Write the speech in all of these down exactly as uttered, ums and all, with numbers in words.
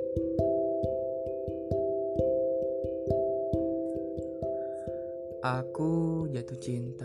Aku jatuh cinta.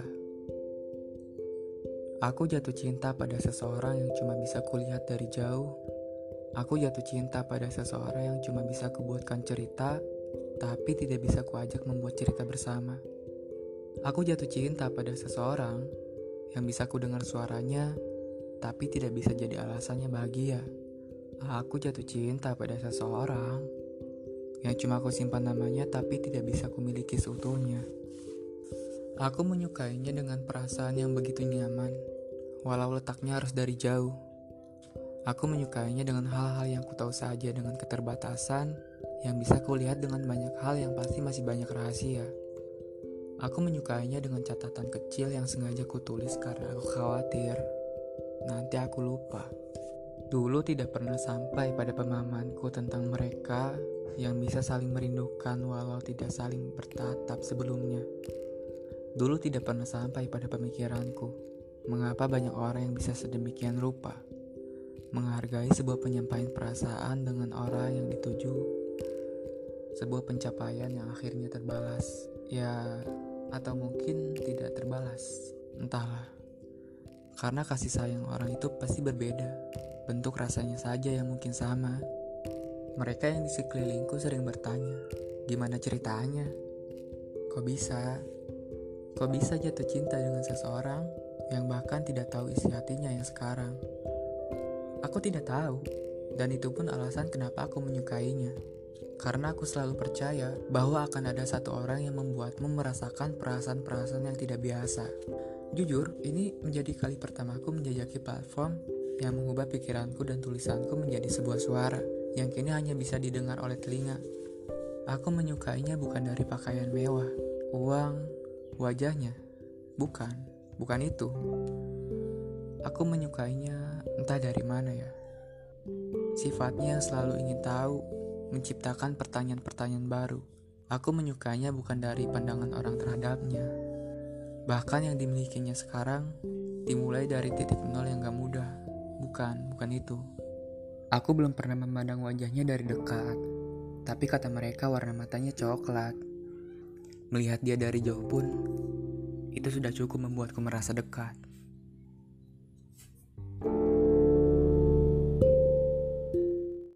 Aku jatuh cinta pada seseorang yang cuma bisa kulihat dari jauh. Aku jatuh cinta pada seseorang yang cuma bisa kubuatkan cerita, tapi tidak bisa kuajak membuat cerita bersama. Aku jatuh cinta pada seseorang yang bisa kudengar suaranya, tapi tidak bisa jadi alasannya bahagia. Aku jatuh cinta pada seseorang yang cuma aku simpan namanya, tapi tidak bisa kumiliki seutuhnya. Aku menyukainya dengan perasaan yang begitu nyaman, walau letaknya harus dari jauh. Aku menyukainya dengan hal-hal yang ku tahu saja dengan keterbatasan, yang bisa kulihat dengan banyak hal yang pasti masih banyak rahasia. Aku menyukainya dengan catatan kecil yang sengaja kutulis karena aku khawatir nanti aku lupa. Dulu tidak pernah sampai pada pemahamanku tentang mereka yang bisa saling merindukan walau tidak saling bertatap sebelumnya. Dulu tidak pernah sampai pada pemikiranku, mengapa banyak orang yang bisa sedemikian rupa menghargai sebuah penyampaian perasaan dengan orang yang dituju, sebuah pencapaian yang akhirnya terbalas, ya atau mungkin tidak terbalas, entahlah. Karena kasih sayang orang itu pasti berbeda, bentuk rasanya saja yang mungkin sama. Mereka yang di sekelilingku sering bertanya, gimana ceritanya? Kok bisa? Kok bisa jatuh cinta dengan seseorang yang bahkan tidak tahu isi hatinya yang sekarang? Aku tidak tahu, dan itu pun alasan kenapa aku menyukainya. Karena aku selalu percaya bahwa akan ada satu orang yang membuatmu merasakan perasaan-perasaan yang tidak biasa. Jujur, ini menjadi kali pertamaku menjajaki platform yang mengubah pikiranku dan tulisanku menjadi sebuah suara yang kini hanya bisa didengar oleh telinga. Aku menyukainya bukan dari pakaian mewah, uang, wajahnya, bukan, bukan itu. Aku menyukainya entah dari mana ya. Sifatnya yang selalu ingin tahu, menciptakan pertanyaan-pertanyaan baru. Aku menyukainya bukan dari pandangan orang terhadapnya. Bahkan yang dimilikinya sekarang dimulai dari titik nol yang gak mudah. Bukan, bukan itu. Aku belum pernah memandang wajahnya dari dekat, tapi kata mereka warna matanya coklat. Melihat dia dari jauh pun, itu sudah cukup membuatku merasa dekat.